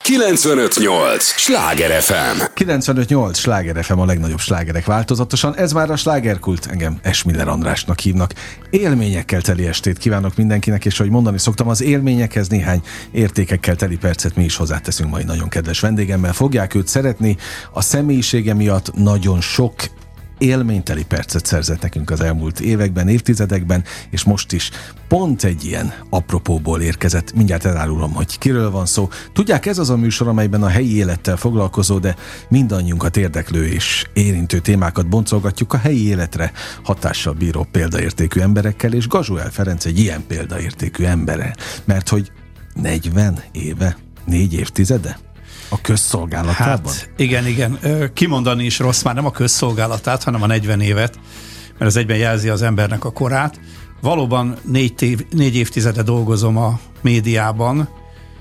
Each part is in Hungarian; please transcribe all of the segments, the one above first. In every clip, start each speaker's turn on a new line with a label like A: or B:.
A: 95.8 Sláger FM.
B: 95.8 Sláger FM, a legnagyobb slágerek változatosan. Ez már a Slágerkult, engem Esmiller Andrásnak hívnak. Élményekkel teli estét kívánok mindenkinek, és ahogy mondani szoktam, az élményekhez néhány értékekkel teli percet mi is hozzáteszünk mai nagyon kedves vendégemmel. Fogják őt szeretni, a személyisége miatt nagyon sok élményteli percet szerzett nekünk az elmúlt években, évtizedekben, és most is pont egy ilyen apropóból érkezett. Mindjárt elárulom, hogy kiről van szó. Tudják, ez az a műsor, amelyben a helyi élettel foglalkozó, de mindannyiunkat érdeklő és érintő témákat boncolgatjuk a helyi életre hatással bíró példaértékű emberekkel, és Gazsuel Ferenc egy ilyen példaértékű embere. Mert hogy 40 éve, 4 évtizede a közszolgálatában?
C: Hát, igen. Kimondani is rossz, már nem a közszolgálatát, hanem a 40 évet, mert ez egyben jelzi az embernek a korát. Valóban 4 évtizede dolgozom a médiában,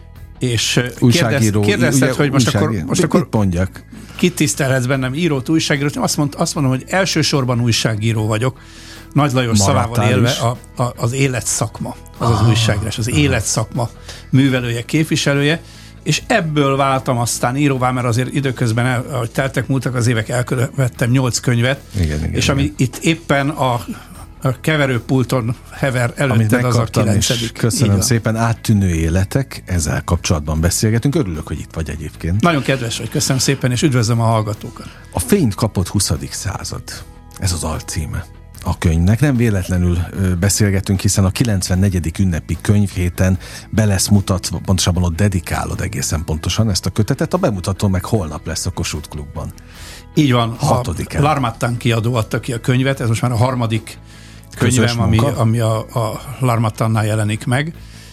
C: és kérdezted, hogy most akkor
B: mondjak.
C: Kit tisztelhetsz bennem, írót, újságírót? Azt mondom, hogy elsősorban újságíró vagyok. Nagy Lajos szavával élve az életszakma, az újságírás, az életszakma művelője, képviselője, és ebből váltam aztán íróvá, mert azért időközben, ahogy teltek múltak az évek, elkövettem 8 könyvet, igen, és ami itt éppen a keverőpulton hever előtted, az a 9.
B: Köszönöm szépen, áttűnő életek, ezzel kapcsolatban beszélgetünk. Örülök, hogy itt vagy egyébként.
C: Nagyon kedves vagy, köszönöm szépen, és üdvözlöm a hallgatókat.
B: A fényt kapott 20. század, ez az alcíme a könyvnek. Nem véletlenül beszélgetünk, hiszen a 94. ünnepi könyvhéten be lesz mutatva, pontosabban ott dedikálod egészen pontosan ezt a kötetet. A bemutató meg holnap lesz a Kossuth Klubban.
C: Így van, a Larmattan kiadó adta ki a könyvet, ez most már a harmadik könyvem, ami a Larmattannál jelenik meg,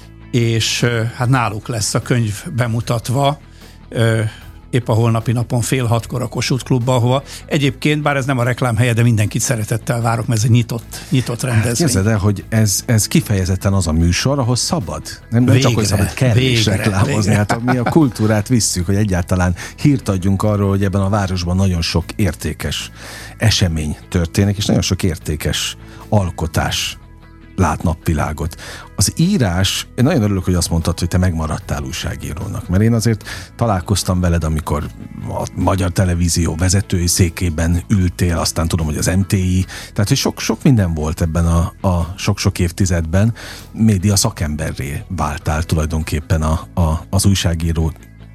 C: és hát náluk lesz a könyv bemutatva, épp a holnapi napon 5:30 a Kossuth Klubba, ahova egyébként, bár ez nem a reklám helye, de mindenkit szeretettel várok, mert ez egy nyitott rendezvény.
B: Képzeld el, hogy ez kifejezetten az a műsor, ahol szabad. Nem csak, hogy szabad, kell is reklámozni. Hát mi a kultúrát visszük, hogy egyáltalán hírt adjunk arról, hogy ebben a városban nagyon sok értékes esemény történik, és nagyon sok értékes alkotás lát napvilágot. Az írás, én nagyon örülök, hogy azt mondtad, hogy te megmaradtál újságírónak, mert én azért találkoztam veled, amikor a Magyar Televízió vezetői székében ültél, aztán tudom, hogy az MTI, tehát hogy sok minden volt ebben a sok-sok évtizedben, média szakemberré váltál tulajdonképpen az újságíró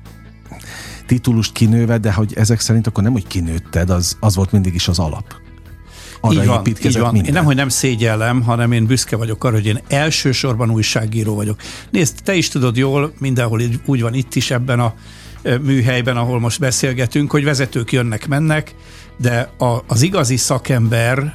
B: titulust kinőve, de hogy ezek szerint akkor nem, hogy kinőtted, az volt mindig is az alap.
C: Így van. Én nem szégyellem, hanem én büszke vagyok arra, hogy én elsősorban újságíró vagyok. Nézd, te is tudod jól, mindenhol úgy van itt is ebben a műhelyben, ahol most beszélgetünk, hogy vezetők jönnek-mennek, de az igazi szakember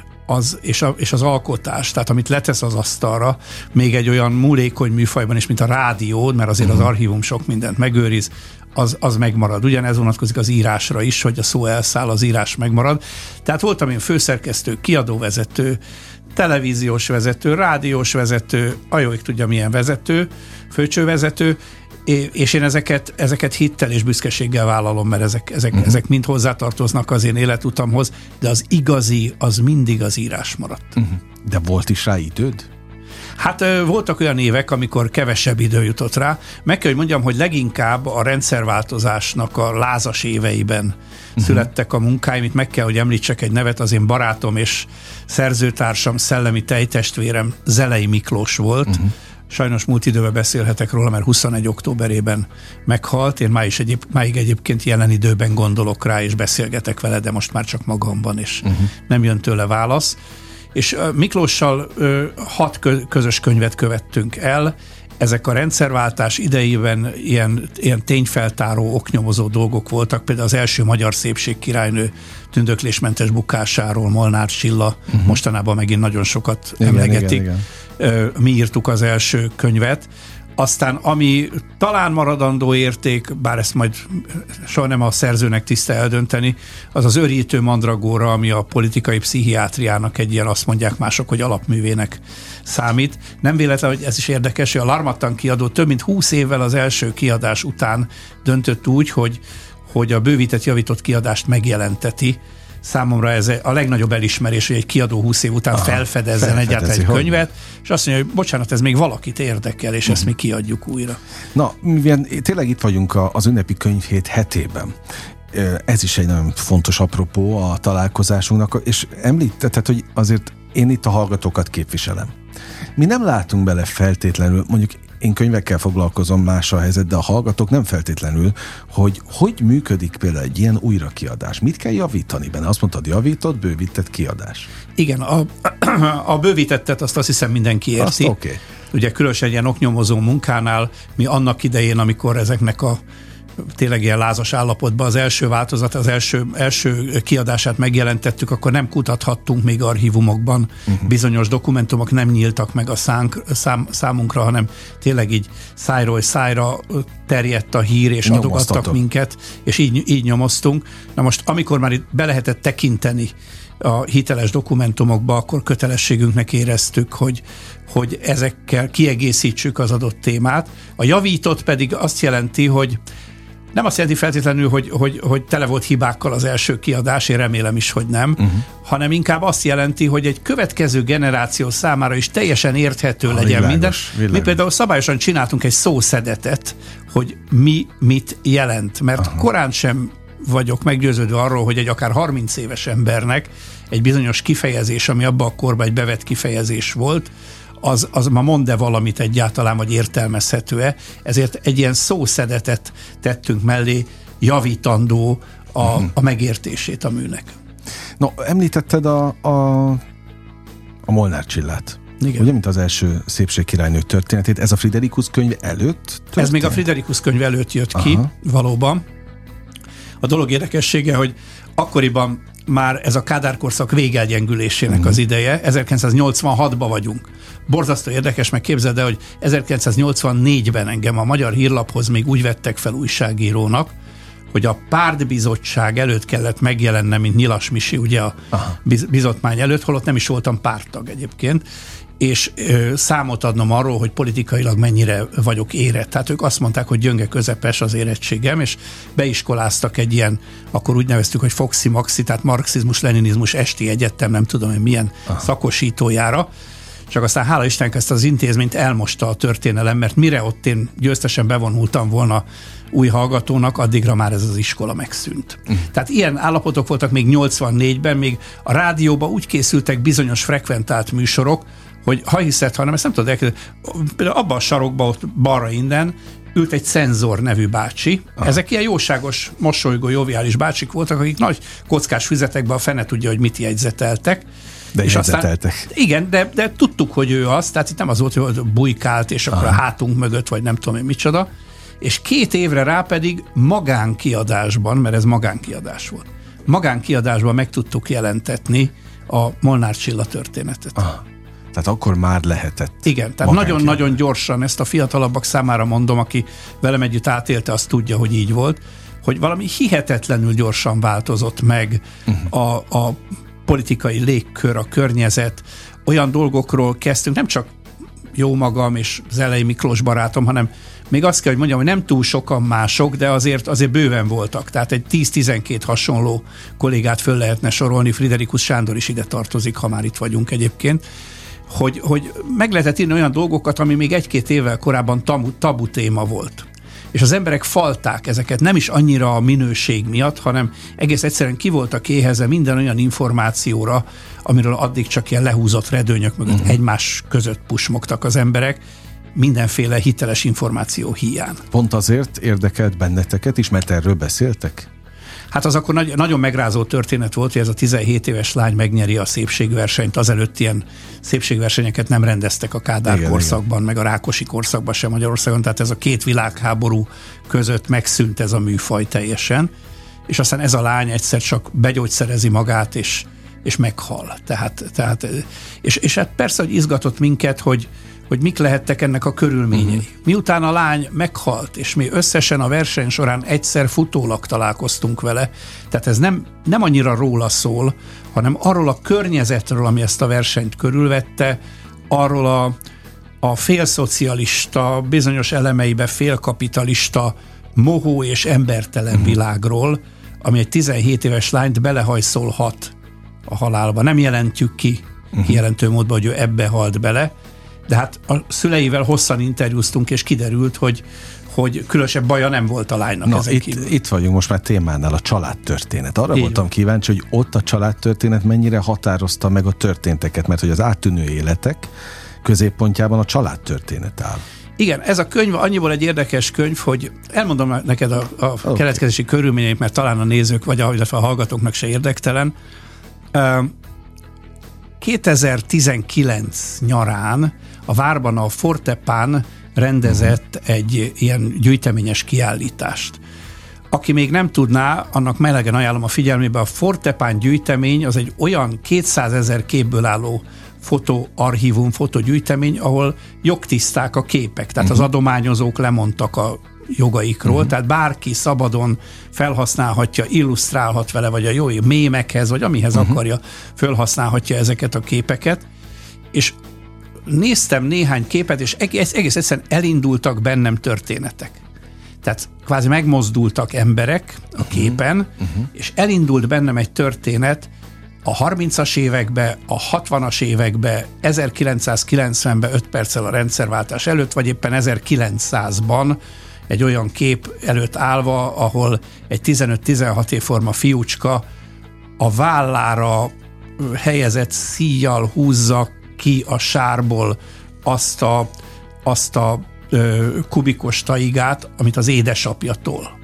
C: és az alkotás, tehát amit letesz az asztalra, még egy olyan múlékony műfajban is, mint a rádió, mert azért az archívum sok mindent megőriz, az megmarad. Ugyanez vonatkozik az írásra is, hogy a szó elszáll, az írás megmarad. Tehát voltam én főszerkesztő, kiadóvezető, televíziós vezető, rádiós vezető, a jóig tudja milyen vezető, főcsővezető, és én ezeket hittel és büszkeséggel vállalom, mert ezek mind hozzátartoznak az én életutamhoz, de az igazi, az mindig az írás maradt.
B: De volt is rá időd?
C: Hát voltak olyan évek, amikor kevesebb idő jutott rá. Meg kell, hogy mondjam, hogy leginkább a rendszerváltozásnak a lázas éveiben születtek a munkáim. Itt meg kell, hogy említsek egy nevet, az én barátom és szerzőtársam, szellemi tejtestvérem Zelei Miklós volt. Sajnos múlt időben beszélhetek róla, mert 21. októberében meghalt. Én máig egyébként jelen időben gondolok rá, és beszélgetek vele, de most már csak magamban, és nem jön tőle válasz. És Miklóssal 6 közös könyvet követtünk el. Ezek a rendszerváltás idejében ilyen tényfeltáró, oknyomozó dolgok voltak. Például az első magyar szépségkirálynő tündöklésmentes bukásáról Molnár Csilla, mostanában megint nagyon sokat emlegetik. Igen. Mi írtuk az első könyvet. Aztán ami talán maradandó érték, bár ezt majd soha nem a szerzőnek tiszta eldönteni, az az Őrjítő mandragóra, ami a politikai pszichiátriának egy ilyen, azt mondják mások, hogy alapművének számít. Nem véletlen, hogy ez is érdekes, hogy a Larmattan kiadó több mint 20 évvel az első kiadás után döntött úgy, hogy a bővített, javított kiadást megjelenteti számomra ez a legnagyobb elismerés, hogy egy kiadó 20 év után felfedezzen egyáltalán egy könyvet, és azt mondja, hogy bocsánat, ez még valakit érdekel, és ezt mi kiadjuk újra.
B: Na, mivel tényleg itt vagyunk az ünnepi könyvhét hetében, ez is egy nagyon fontos apropó a találkozásunknak, és említetted, hogy azért én itt a hallgatókat képviselem. Mi nem látunk bele feltétlenül, mondjuk én könyvekkel foglalkozom, más a helyzet, de a hallgatók nem feltétlenül, hogy működik például egy ilyen újrakiadás. Mit kell javítani benne? Azt mondtad, javított, bővített kiadás.
C: Igen, a bővítettet azt hiszem mindenki érti.
B: Azt okay.
C: Ugye különösen ilyen oknyomozó munkánál mi annak idején, amikor ezeknek a tényleg ilyen lázas állapotban az első változat, az első kiadását megjelentettük, akkor nem kutathattunk még archívumokban. Bizonyos dokumentumok nem nyíltak meg a számunkra, hanem tényleg így szájról szájra terjedt a hír, és adogattak minket, és így nyomoztunk. Na most, amikor már itt be lehetett tekinteni a hiteles dokumentumokba, akkor kötelességünknek éreztük, hogy ezekkel kiegészítsük az adott témát. A javított pedig azt jelenti, hogy nem azt jelenti feltétlenül, hogy tele volt hibákkal az első kiadás, én remélem is, hogy nem, hanem inkább azt jelenti, hogy egy következő generáció számára is teljesen érthető legyen minden. Mi például szabályosan csináltunk egy szószedetet, hogy mi mit jelent, mert korán sem vagyok meggyőződve arról, hogy egy akár 30 éves embernek egy bizonyos kifejezés, ami abban a korban egy bevett kifejezés volt, az ma mond-e valamit egyáltalán, vagy értelmezhető-e. Ezért egy ilyen szószedetet tettünk mellé, javítandó a megértését a műnek.
B: No, említetted a Molnár Csillát. Igen. Ugye, mint az első szépségkirálynő történetét. Ez a Friderikus könyv előtt történt?
C: Ez még a Friderikus könyv előtt jött ki, valóban. A dolog érdekessége, hogy akkoriban már ez a Kádár-korszak végelgyengülésének az ideje, 1986-ban vagyunk. Borzasztó érdekes, meg képzeld el, hogy 1984-ben engem a Magyar Hírlaphoz még úgy vettek fel újságírónak, hogy a pártbizottság előtt kellett megjelennem, mint Nyilas Misi, ugye a bizottmány előtt, holott nem is voltam párttag egyébként, és számot adnom arról, hogy politikailag mennyire vagyok érett. Tehát ők azt mondták, hogy gyönge közepes az érettségem, és beiskoláztak egy ilyen, akkor úgy neveztük, hogy Foxy-Maxi, tehát marxizmus-leninizmus esti egyetem, nem tudom, hogy milyen szakosítójára. Csak aztán hála Istennek ezt az intézményt elmosta a történelem, mert mire ott én győztesen bevonultam volna új hallgatónak, addigra már ez az iskola megszűnt. Tehát ilyen állapotok voltak még 84-ben, még a rádióban úgy készültek bizonyos frekventált műsorok, hogy ha hiszed, hanem ezt nem tudod elkezdeni. Például abban a sarokban, ott balra innen ült egy Cenzor nevű bácsi. Ezek ilyen jóságos, mosolygó, joviális bácsik voltak, akik nagy kockás füzetekben a fene tudja, hogy mit jegyzeteltek.
B: De és jegyzeteltek.
C: Aztán, igen, de tudtuk, hogy ő az, tehát itt nem az volt, hogy bujkált, és akkor a hátunk mögött, vagy nem tudom én micsoda. És 2 évre rá pedig magánkiadásban, mert ez magánkiadás volt, magánkiadásban meg tudtuk jelentetni a Molnár Csilla történetet.
B: Tehát akkor már lehetett.
C: Igen, tehát nagyon-nagyon gyorsan, ezt a fiatalabbak számára mondom, aki velem együtt átélte, azt tudja, hogy így volt, hogy valami hihetetlenül gyorsan változott meg a politikai légkör, a környezet. Olyan dolgokról kezdtünk, nem csak jó magam és Zelei Miklós barátom, hanem még azt kell, hogy mondjam, hogy nem túl sokan mások, de azért bőven voltak. Tehát egy 10-12 hasonló kollégát föl lehetne sorolni, Friderikus Sándor is ide tartozik, ha már itt vagyunk egyébként, hogy meg lehetett írni olyan dolgokat, ami még 1-2 évvel korábban tabu téma volt. És az emberek falták ezeket, nem is annyira a minőség miatt, hanem egész egyszerűen ki voltak éhezve minden olyan információra, amiről addig csak ilyen lehúzott redőnyök mögött egymás között pusmogtak az emberek, mindenféle hiteles információ hiány.
B: Pont azért érdekelt benneteket is, mert erről beszéltek?
C: Hát az akkor nagyon megrázó történet volt, hogy ez a 17 éves lány megnyeri a szépségversenyt. Azelőtt ilyen szépségversenyeket nem rendeztek a Kádár korszakban, meg a Rákosi korszakban sem Magyarországon, tehát ez a 2 világháború között megszűnt ez a műfaj teljesen, és aztán ez a lány egyszer csak begyógyszerezi magát, és meghal. És hát persze, hogy izgatott minket, hogy mik lehettek ennek a körülményei. Miután a lány meghalt, és mi összesen a verseny során egyszer futólag találkoztunk vele, tehát ez nem annyira róla szól, hanem arról a környezetről, ami ezt a versenyt körülvette, arról a félszocialista, bizonyos elemeibe félkapitalista, mohó és embertelen világról, ami egy 17 éves lányt belehajszolhat a halálba. Nem jelentjük ki kijelentő módban, hogy ő ebbe halt bele, de hát a szüleivel hosszan interjúztunk, és kiderült, hogy különösebb baja nem volt a lánynak.
B: Na, itt vagyunk most már témánál, a családtörténet. Arra voltam kíváncsi, hogy ott a családtörténet mennyire határozta meg a történteket, mert hogy az áttűnő életek középpontjában a családtörténet áll.
C: Igen, ez a könyv annyiból egy érdekes könyv, hogy elmondom neked a keletkezési körülményeit, mert talán a nézők, vagy a hallgatóknak se érdektelen. 2019 nyarán a Várban a Fortepán rendezett egy ilyen gyűjteményes kiállítást. Aki még nem tudná, annak melegen ajánlom a figyelmébe, a Fortepán gyűjtemény az egy olyan 200 000 képből álló fotoarchívum, fotogyűjtemény, ahol jogtiszták a képek, tehát az adományozók lemondtak a jogaikról, tehát bárki szabadon felhasználhatja, illusztrálhat vele, vagy a jó mémekhez, vagy amihez akarja, felhasználhatja ezeket a képeket, és néztem néhány képet, és egész egyszerűen elindultak bennem történetek. Tehát kvázi megmozdultak emberek a képen, és elindult bennem egy történet a 30-as évekbe, a 60-as évekbe, 1990-ben 5 perccel a rendszerváltás előtt, vagy éppen 1900-ban egy olyan kép előtt állva, ahol egy 15-16 évforma fiúcska a vállára helyezett szíjjal húzza ki a sárból azt a kubikos taigát, amit az édesapja tol.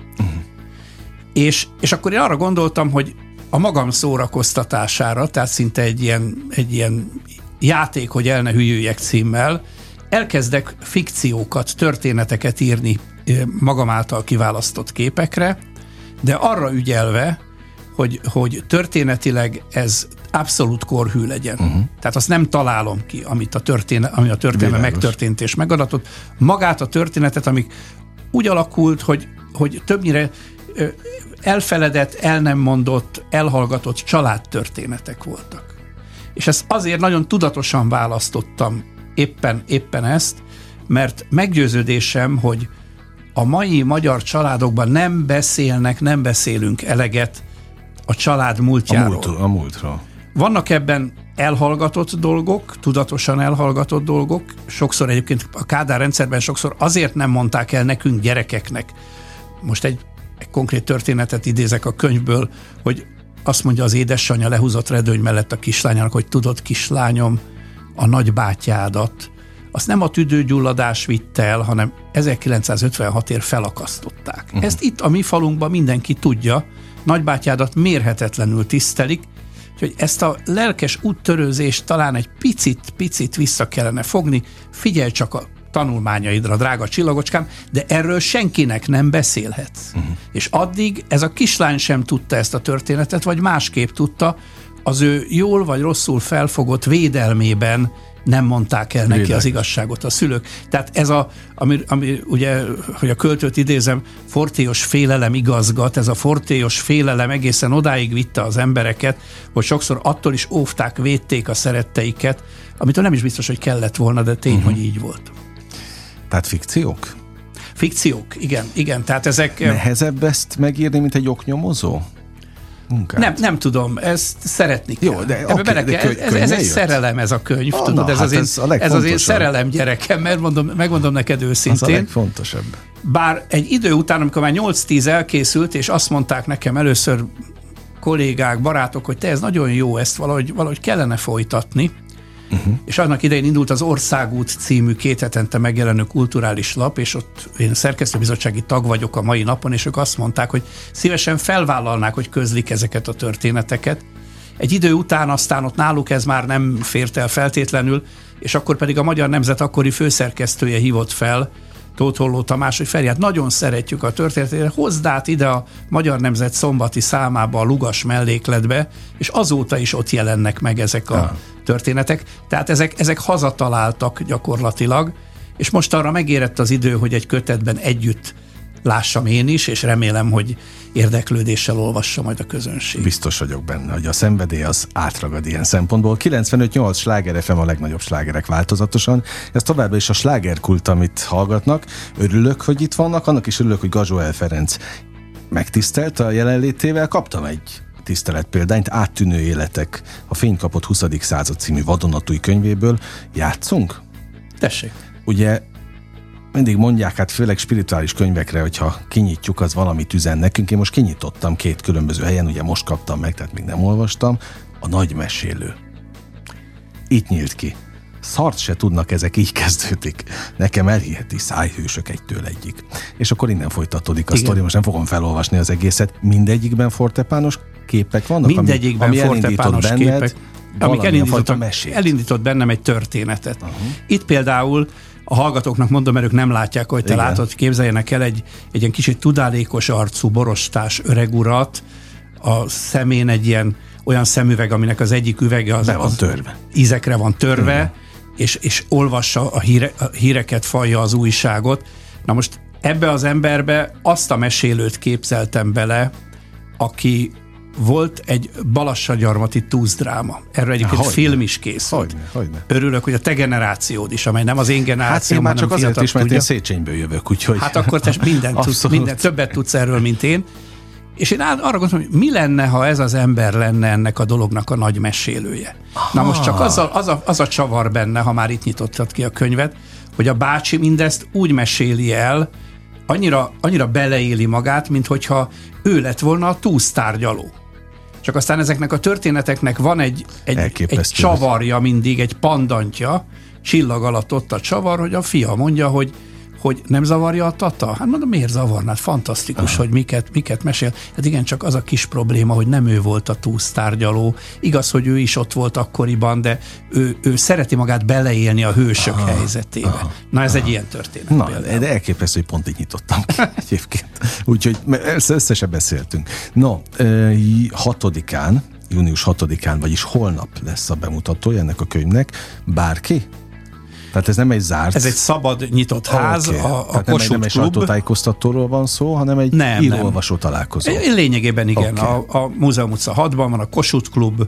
C: És akkor én arra gondoltam, hogy a magam szórakoztatására, tehát szinte egy ilyen játék, hogy el ne hülyüljek címmel, elkezdek fikciókat, történeteket írni magam által kiválasztott képekre, de arra ügyelve, hogy történetileg ez abszolút korhű legyen. Tehát azt nem találom ki, ami a történelme megtörtént és megadatott. Magát a történetet, amik úgy alakult, hogy többnyire elfeledett, el nem mondott, elhallgatott családtörténetek voltak. És ezt azért nagyon tudatosan választottam éppen ezt, mert meggyőződésem, hogy a mai magyar családokban nem beszélünk eleget a család múltjáról.
B: A múltról.
C: Vannak ebben elhallgatott dolgok, tudatosan elhallgatott dolgok. Sokszor egyébként a Kádár rendszerben sokszor azért nem mondták el nekünk gyerekeknek. Most egy konkrét történetet idézek a könyvből, hogy azt mondja az édesanyja lehúzott redőny mellett a kislányának, hogy tudod, kislányom, a nagybátyádat, azt nem a tüdőgyulladás vitte el, hanem 1956-ért felakasztották. Ezt itt a mi falunkban mindenki tudja, nagybátyádat mérhetetlenül tisztelik, hogy ezt a lelkes úttörőzést talán egy picit vissza kellene fogni, figyelj csak a tanulmányaidra, drága csillagocskám, de erről senkinek nem beszélhetsz. És addig ez a kislány sem tudta ezt a történetet, vagy másképp tudta, az ő jól vagy rosszul felfogott védelmében nem mondták el neki az igazságot a szülők. Tehát ez ami ugye, hogy a költőt idézem, fortélyos félelem igazgat, ez a fortélyos félelem egészen odáig vitte az embereket, hogy sokszor attól is óvták, védték a szeretteiket, amitől nem is biztos, hogy kellett volna, de tény, hogy így volt.
B: Tehát fikciók?
C: Fikciók, igen. Tehát ezek...
B: Nehezebb ezt megírni, mint egy oknyomozó munkát? Nem
C: tudom, ezt szeretni kell.
B: Jó, de
C: ez egy szerelem, ez a könyv, tudod, ez az én szerelem gyerekem, mert megmondom neked őszintén.
B: Az a legfontosabb.
C: Bár egy idő után, amikor már 8-10 elkészült, és azt mondták nekem először kollégák, barátok, hogy te, ez nagyon jó, ezt valahogy kellene folytatni, és annak idején indult az Országút című 2 hetente megjelenő kulturális lap, és ott én szerkesztőbizottsági tag vagyok a mai napon, és ők azt mondták, hogy szívesen felvállalnák, hogy közlik ezeket a történeteket. Egy idő után aztán ott náluk ez már nem fért el feltétlenül, és akkor pedig a Magyar Nemzet akkori főszerkesztője hívott fel, Tóth Holló Tamás, hogy Feri, hát nagyon szeretjük a történetet, hozd át ide a Magyar Nemzet szombati számába, a Lugas mellékletbe, és azóta is ott jelennek meg ezek a történetek. Tehát ezek hazataláltak gyakorlatilag, és most arra megérett az idő, hogy egy kötetben együtt lássam én is, és remélem, hogy érdeklődéssel olvassa majd a közönség.
B: Biztos vagyok benne, hogy a szenvedély az átragad ilyen szempontból. 95.8 Sláger FM a legnagyobb slágerek változatosan. Ez továbbra is a slágerkult, amit hallgatnak. Örülök, hogy itt vannak, annak is örülök, hogy Gazoel Ferenc megtisztelt a jelenlétével, kaptam egy tiszteletpéldányt, Áttűnő életek, a Fénykapott 20. század című vadonatúj könyvéből. Játszunk?
C: Tessék.
B: Ugye mindig mondják, hát főleg spirituális könyvekre, hogyha kinyitjuk, az valamit üzen nekünk. Én most kinyitottam 2 különböző helyen, ugye most kaptam meg, tehát még nem olvastam. A Nagy mesélő. Itt nyílt ki. Szart se tudnak, ezek így kezdődik. Nekem elhiheti Szájhősök egytől egyik. És akkor innen folytatódik a sztori, most nem fogom felolvasni az egészet. Mindegyikben fortepános képek vannak?
C: Mindegyikben fortepános képek, amik elindított bennem egy történetet. Itt például a hallgatóknak mondom, mert ők nem látják, hogy te látod, képzeljenek el egy ilyen kicsit tudálékos arcú, borostás öreg urat, a szemén egy ilyen olyan szemüveg, aminek az egyik üvege az ízekre van törve, és olvassa a híreket, fajja az újságot. Na most ebbe az emberbe azt a mesélőt képzeltem bele, aki volt egy balassagyarmati túszdráma. Erről egyébként film is készült.
B: Hogyne.
C: Örülök, hogy a te generációd is, amely nem az én generációm,
B: hát én már csak azért is, mert én Széchenyből jövök, úgyhogy...
C: Hát akkor te mindent többet tudsz erről, mint én. És én arra gondolom, hogy mi lenne, ha ez az ember lenne ennek a dolognak a nagy mesélője. Na most csak az a csavar benne, ha már itt nyitottad ki a könyvet, hogy a bácsi mindezt úgy meséli el, annyira beleéli magát, mint hogyha ő lett volna a túsztárgyaló. Csak aztán ezeknek a történeteknek van egy csavarja mindig, egy pandantja, csillag alatt ott a csavar, hogy a fia mondja, hogy nem zavarja a tata? Hát mondom, miért zavarnád? Fantasztikus, hogy miket mesél. Hát igen, csak az a kis probléma, hogy nem ő volt a túsztárgyaló. Igaz, hogy ő is ott volt akkoriban, de ő szereti magát beleélni a hősök helyzetébe. Na, ez egy ilyen történet.
B: Na, de elképesztő, hogy pont így nyitottam ki egyébként. Úgyhogy összesen beszéltünk. No, 6-án, június 6-án, vagyis holnap lesz a bemutatója ennek a könyvnek. Bárki? Tehát ez nem egy zárt...
C: Ez egy szabad, nyitott ház, a
B: Kossuth Klub. Nem egy sajtótájékoztatóról van szó, hanem egy író-olvasó találkozó.
C: Lényegében igen. A Múzeum utca 6-ban van a Kossuth Klub,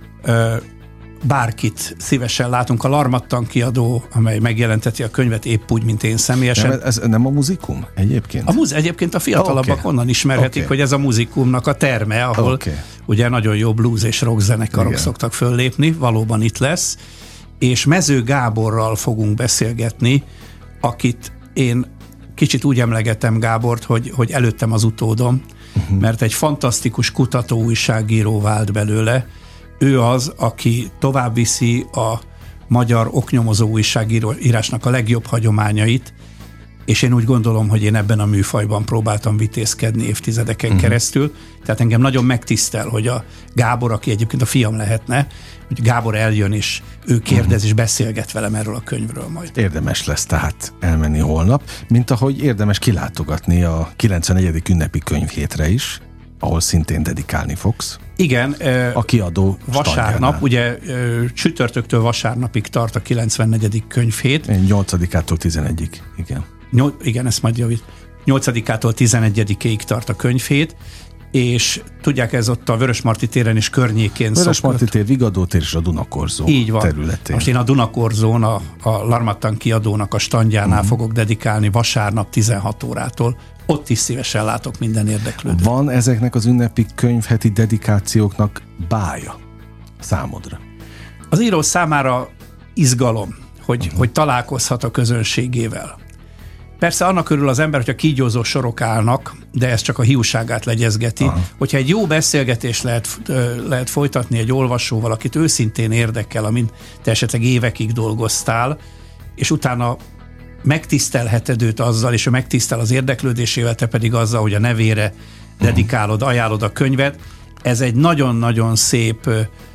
C: bárkit szívesen látunk. A Larmattan kiadó, amely megjelenteti a könyvet épp úgy, mint én személyesen.
B: Ez nem a Muzikum egyébként?
C: Egyébként a fiatalabbak onnan ismerhetik, hogy ez a Muzikumnak a terme, ahol ugye nagyon jó blues és rock zenekarok szoktak föllépni, valóban itt lesz. És Mező Gáborral fogunk beszélgetni, akit én kicsit úgy emlegetem, Gábort, hogy előttem az utódom, mert egy fantasztikus kutató újságíró vált belőle. Ő az, aki továbbviszi a magyar oknyomozó újságírásnak a legjobb hagyományait, és én úgy gondolom, hogy én ebben a műfajban próbáltam vitézkedni évtizedeken keresztül. Tehát engem nagyon megtisztel, hogy a Gábor, aki egyébként a fiam lehetne, hogy Gábor eljön, és ő kérdez, és beszélget velem erről a könyvről majd.
B: Érdemes lesz tehát elmenni holnap, mint ahogy érdemes kilátogatni a 94. ünnepi könyvhétre is, ahol szintén dedikálni fogsz.
C: Igen.
B: A kiadó
C: vasárnap, ugye csütörtöktől vasárnapig tart a 94. könyvhét.
B: 8-ától 11-ig, igen.
C: Igen, ezt majd javít. 8-ától 11-ig tart a könyvhét, és tudják, ez ott a Vörösmarty téren és környékén
B: Vörösmarty tér, Vigadó tér és a Dunakorzó területén.
C: Most én a Dunakorzón, a Larmattan kiadónak a standjánál fogok dedikálni vasárnap 16 órától. Ott is szívesen látok minden érdeklődőt.
B: Van ezeknek az ünnepi könyvheti dedikációknak bája számodra?
C: Az író számára izgalom, hogy találkozhat a közönségével. Persze annak örül az ember, hogyha kígyózó sorok állnak, de ez csak a hiúságát legyezgeti. Hogyha egy jó beszélgetést lehet folytatni egy olvasóval, akit őszintén érdekel, amin te esetleg évekig dolgoztál, és utána megtisztelheted őt azzal, és ő megtisztel az érdeklődésével, te pedig azzal, hogy a nevére dedikálod, ajánlod a könyvet. Ez egy nagyon-nagyon szép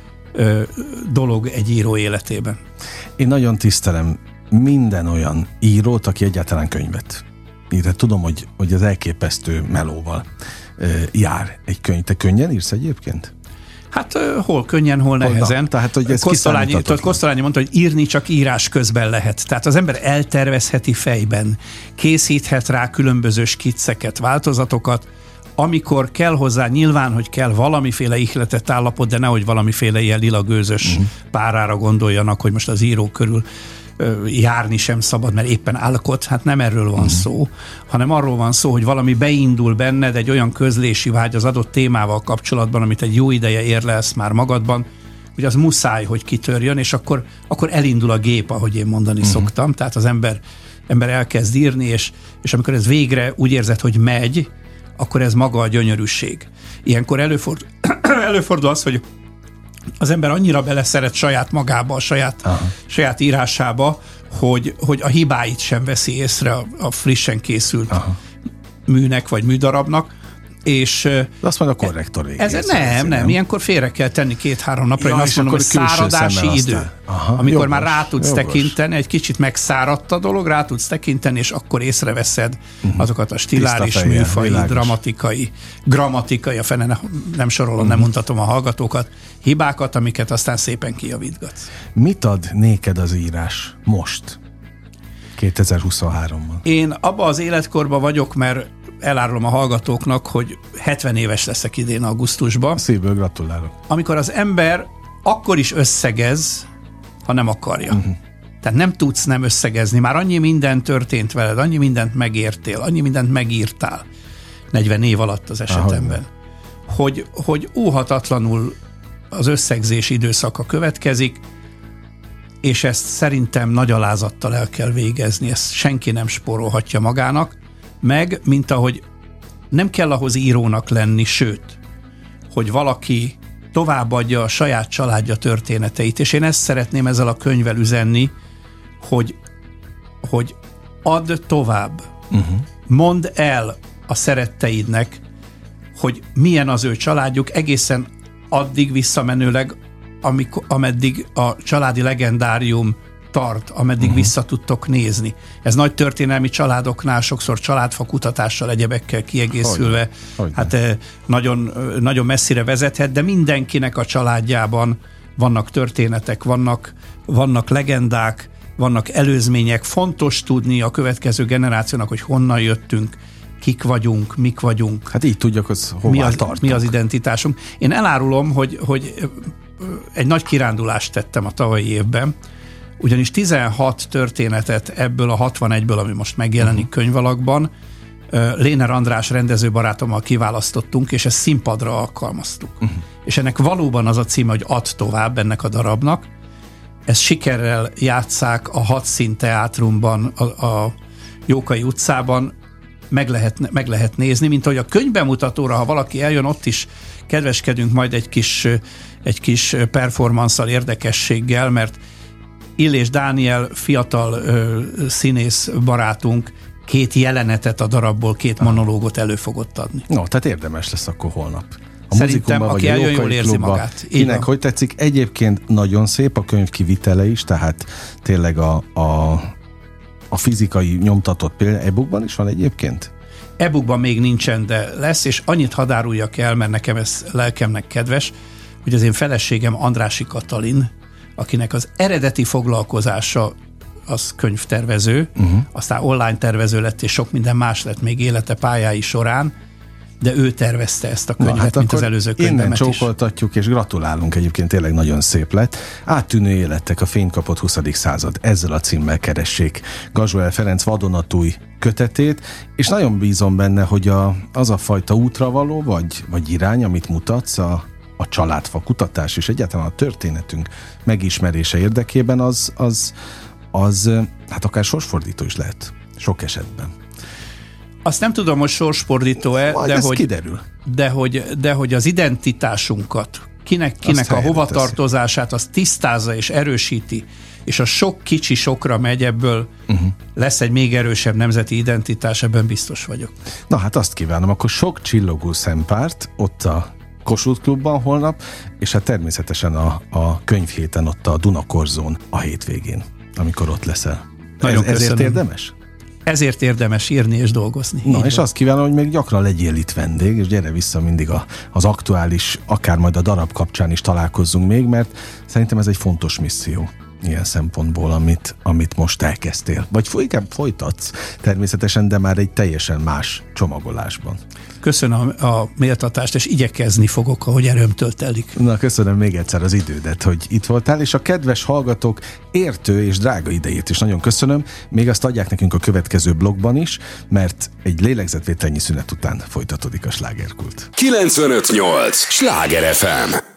C: dolog egy író életében.
B: Én nagyon tisztelem minden olyan írót, aki egyáltalán könyvet ír. Tudom, hogy az elképesztő melóval jár egy könyv. Te könnyen írsz egyébként?
C: Hát hol könnyen, hol nehezen.
B: Tehát, hogy ez
C: Kosztolányi mondta, hogy írni csak írás közben lehet. Tehát az ember eltervezheti fejben, készíthet rá különböző skicceket, változatokat, amikor kell hozzá, nyilván, hogy kell valamiféle ihletett állapot, de nehogy valamiféle ilyen lila gőzös párára gondoljanak, hogy most az író körül járni sem szabad, mert éppen alkot, hát nem erről van szó, hanem arról van szó, hogy valami beindul benned, egy olyan közlési vágy az adott témával kapcsolatban, amit egy jó ideje érlelsz már magadban, hogy az muszáj, hogy kitörjön, és akkor elindul a gép, ahogy én mondani szoktam, tehát az ember elkezd írni, és amikor ez végre úgy érzed, hogy megy, akkor ez maga a gyönyörűség. Ilyenkor előfordul az, hogy az ember annyira beleszeret saját magába, a saját írásába, hogy a hibáit sem veszi észre a frissen készült műnek vagy műdarabnak, és
B: de azt majd a korrektor végig.
C: Nem, ilyenkor félre kell tenni 2-3 napra. Én azt mondom, hogy száradási idő. Amikor jogos, már rá tudsz tekinteni, egy kicsit megszáradt a dolog, rá tudsz tekinteni, és akkor észreveszed azokat a stiláris, műfai, grammatikai, a fene nem sorolom, nem mutatom a hallgatókat, hibákat, amiket aztán szépen kijavítgatsz.
B: Mit ad néked az írás most? 2023-ban.
C: Én abba az életkorban vagyok, mert elárulom a hallgatóknak, hogy 70 éves leszek idén augusztusban.
B: Szívből gratulálok.
C: Amikor az ember akkor is összegez, ha nem akarja. Tehát nem tudsz nem összegezni. Már annyi minden történt veled, annyi mindent megértél, annyi mindent megírtál 40 év alatt az esetemben, hogy óhatatlanul az összegzés időszaka következik, és ezt szerintem nagy alázattal el kell végezni. Ezt senki nem spórolhatja magának, meg, mint ahogy nem kell ahhoz írónak lenni, sőt, hogy valaki továbbadja a saját családja történeteit, és én ezt szeretném ezzel a könyvvel üzenni, hogy add tovább. Mondd el a szeretteidnek, hogy milyen az ő családjuk, egészen addig visszamenőleg, ameddig a családi legendárium tart, ameddig vissza tudtok nézni. Ez nagy történelmi családoknál sokszor családfa kutatással, egyebekkel kiegészülve, hát nagyon, nagyon messzire vezethet, de mindenkinek a családjában vannak történetek, vannak legendák, vannak előzmények. Fontos tudni a következő generációnak, hogy honnan jöttünk, kik vagyunk, mik vagyunk.
B: Hát így tudjuk, hogy hová tartunk.
C: Mi az identitásunk. Én elárulom, hogy egy nagy kirándulást tettem a tavalyi évben, ugyanis 16 történetet ebből a 61-ből, ami most megjelenik könyvalakban, Léner András rendezőbarátommal kiválasztottunk, és ezt színpadra alkalmaztuk. És ennek valóban az a címe, hogy Add tovább ennek a darabnak. Ezt sikerrel játsszák a 6 színteátrumban, a Jókai utcában, meg lehet nézni, mint ahogy a könyvbemutatóra, ha valaki eljön, ott is kedveskedünk majd egy kis performanszal, érdekességgel, mert Illés Dániel fiatal színész barátunk 2 jelenetet a darabból, 2 monológot elő fogott adni.
B: No, tehát érdemes lesz akkor holnap. A
C: Szerintem, aki eljön, jól érzi magát.
B: Kinek hogy tetszik? Egyébként nagyon szép a könyv kivitele is, tehát tényleg a fizikai nyomtatott például e-bookban is van egyébként?
C: E-bookban még nincsen, de lesz, és annyit hadd áruljak el, mert nekem ez lelkemnek kedves, hogy az én feleségem Andrássy Katalin, akinek az eredeti foglalkozása az könyvtervező, aztán online tervező lett, és sok minden más lett még élete pályái során, de ő tervezte ezt a könyvet, hát mint az előző könyvemet is.
B: Innen csókoltatjuk, és gratulálunk, egyébként tényleg nagyon szép lett. Áttűnő életek, a fénykapott 20. század, ezzel a címmel keressék Gazsuel Ferenc vadonatúj kötetét, és nagyon bízom benne, hogy az a fajta útravaló, vagy irány, amit mutatsz, a családfa kutatás és egyáltalán a történetünk megismerése érdekében az hát akár sorsfordító is lehet sok esetben.
C: Azt nem tudom, hogy sorsfordító-e,
B: kiderül.
C: De hogy az identitásunkat, kinek a hovatartozását, azt tisztázza és erősíti, és a sok kicsi sokra megy, ebből lesz egy még erősebb nemzeti identitás, ebben biztos vagyok.
B: Na hát azt kívánom, akkor sok csillogó szempárt ott a Kossuth Klubban holnap, és hát természetesen a könyvhéten ott a Dunakorzón a hétvégén, amikor ott leszel. Ezért érdemes?
C: Ezért érdemes írni és dolgozni.
B: Na, és azt kívánom, hogy még gyakran legyél itt vendég, és gyere vissza mindig az aktuális, akár majd a darab kapcsán is találkozzunk még, mert szerintem ez egy fontos misszió. ilyen szempontból, amit most elkezdtél. Vagy inkább folytatsz természetesen, de már egy teljesen más csomagolásban.
C: Köszönöm a méltatást, és igyekezni fogok, ahogy erőmtől telik.
B: Na, köszönöm még egyszer az idődet, hogy itt voltál, és a kedves hallgatók értő és drága idejét is nagyon köszönöm. Még azt adják nekünk a következő blogban is, mert egy lélegzetvételnyi szünet után folytatódik a Slágerkult.
A: 95.8 Sláger FM.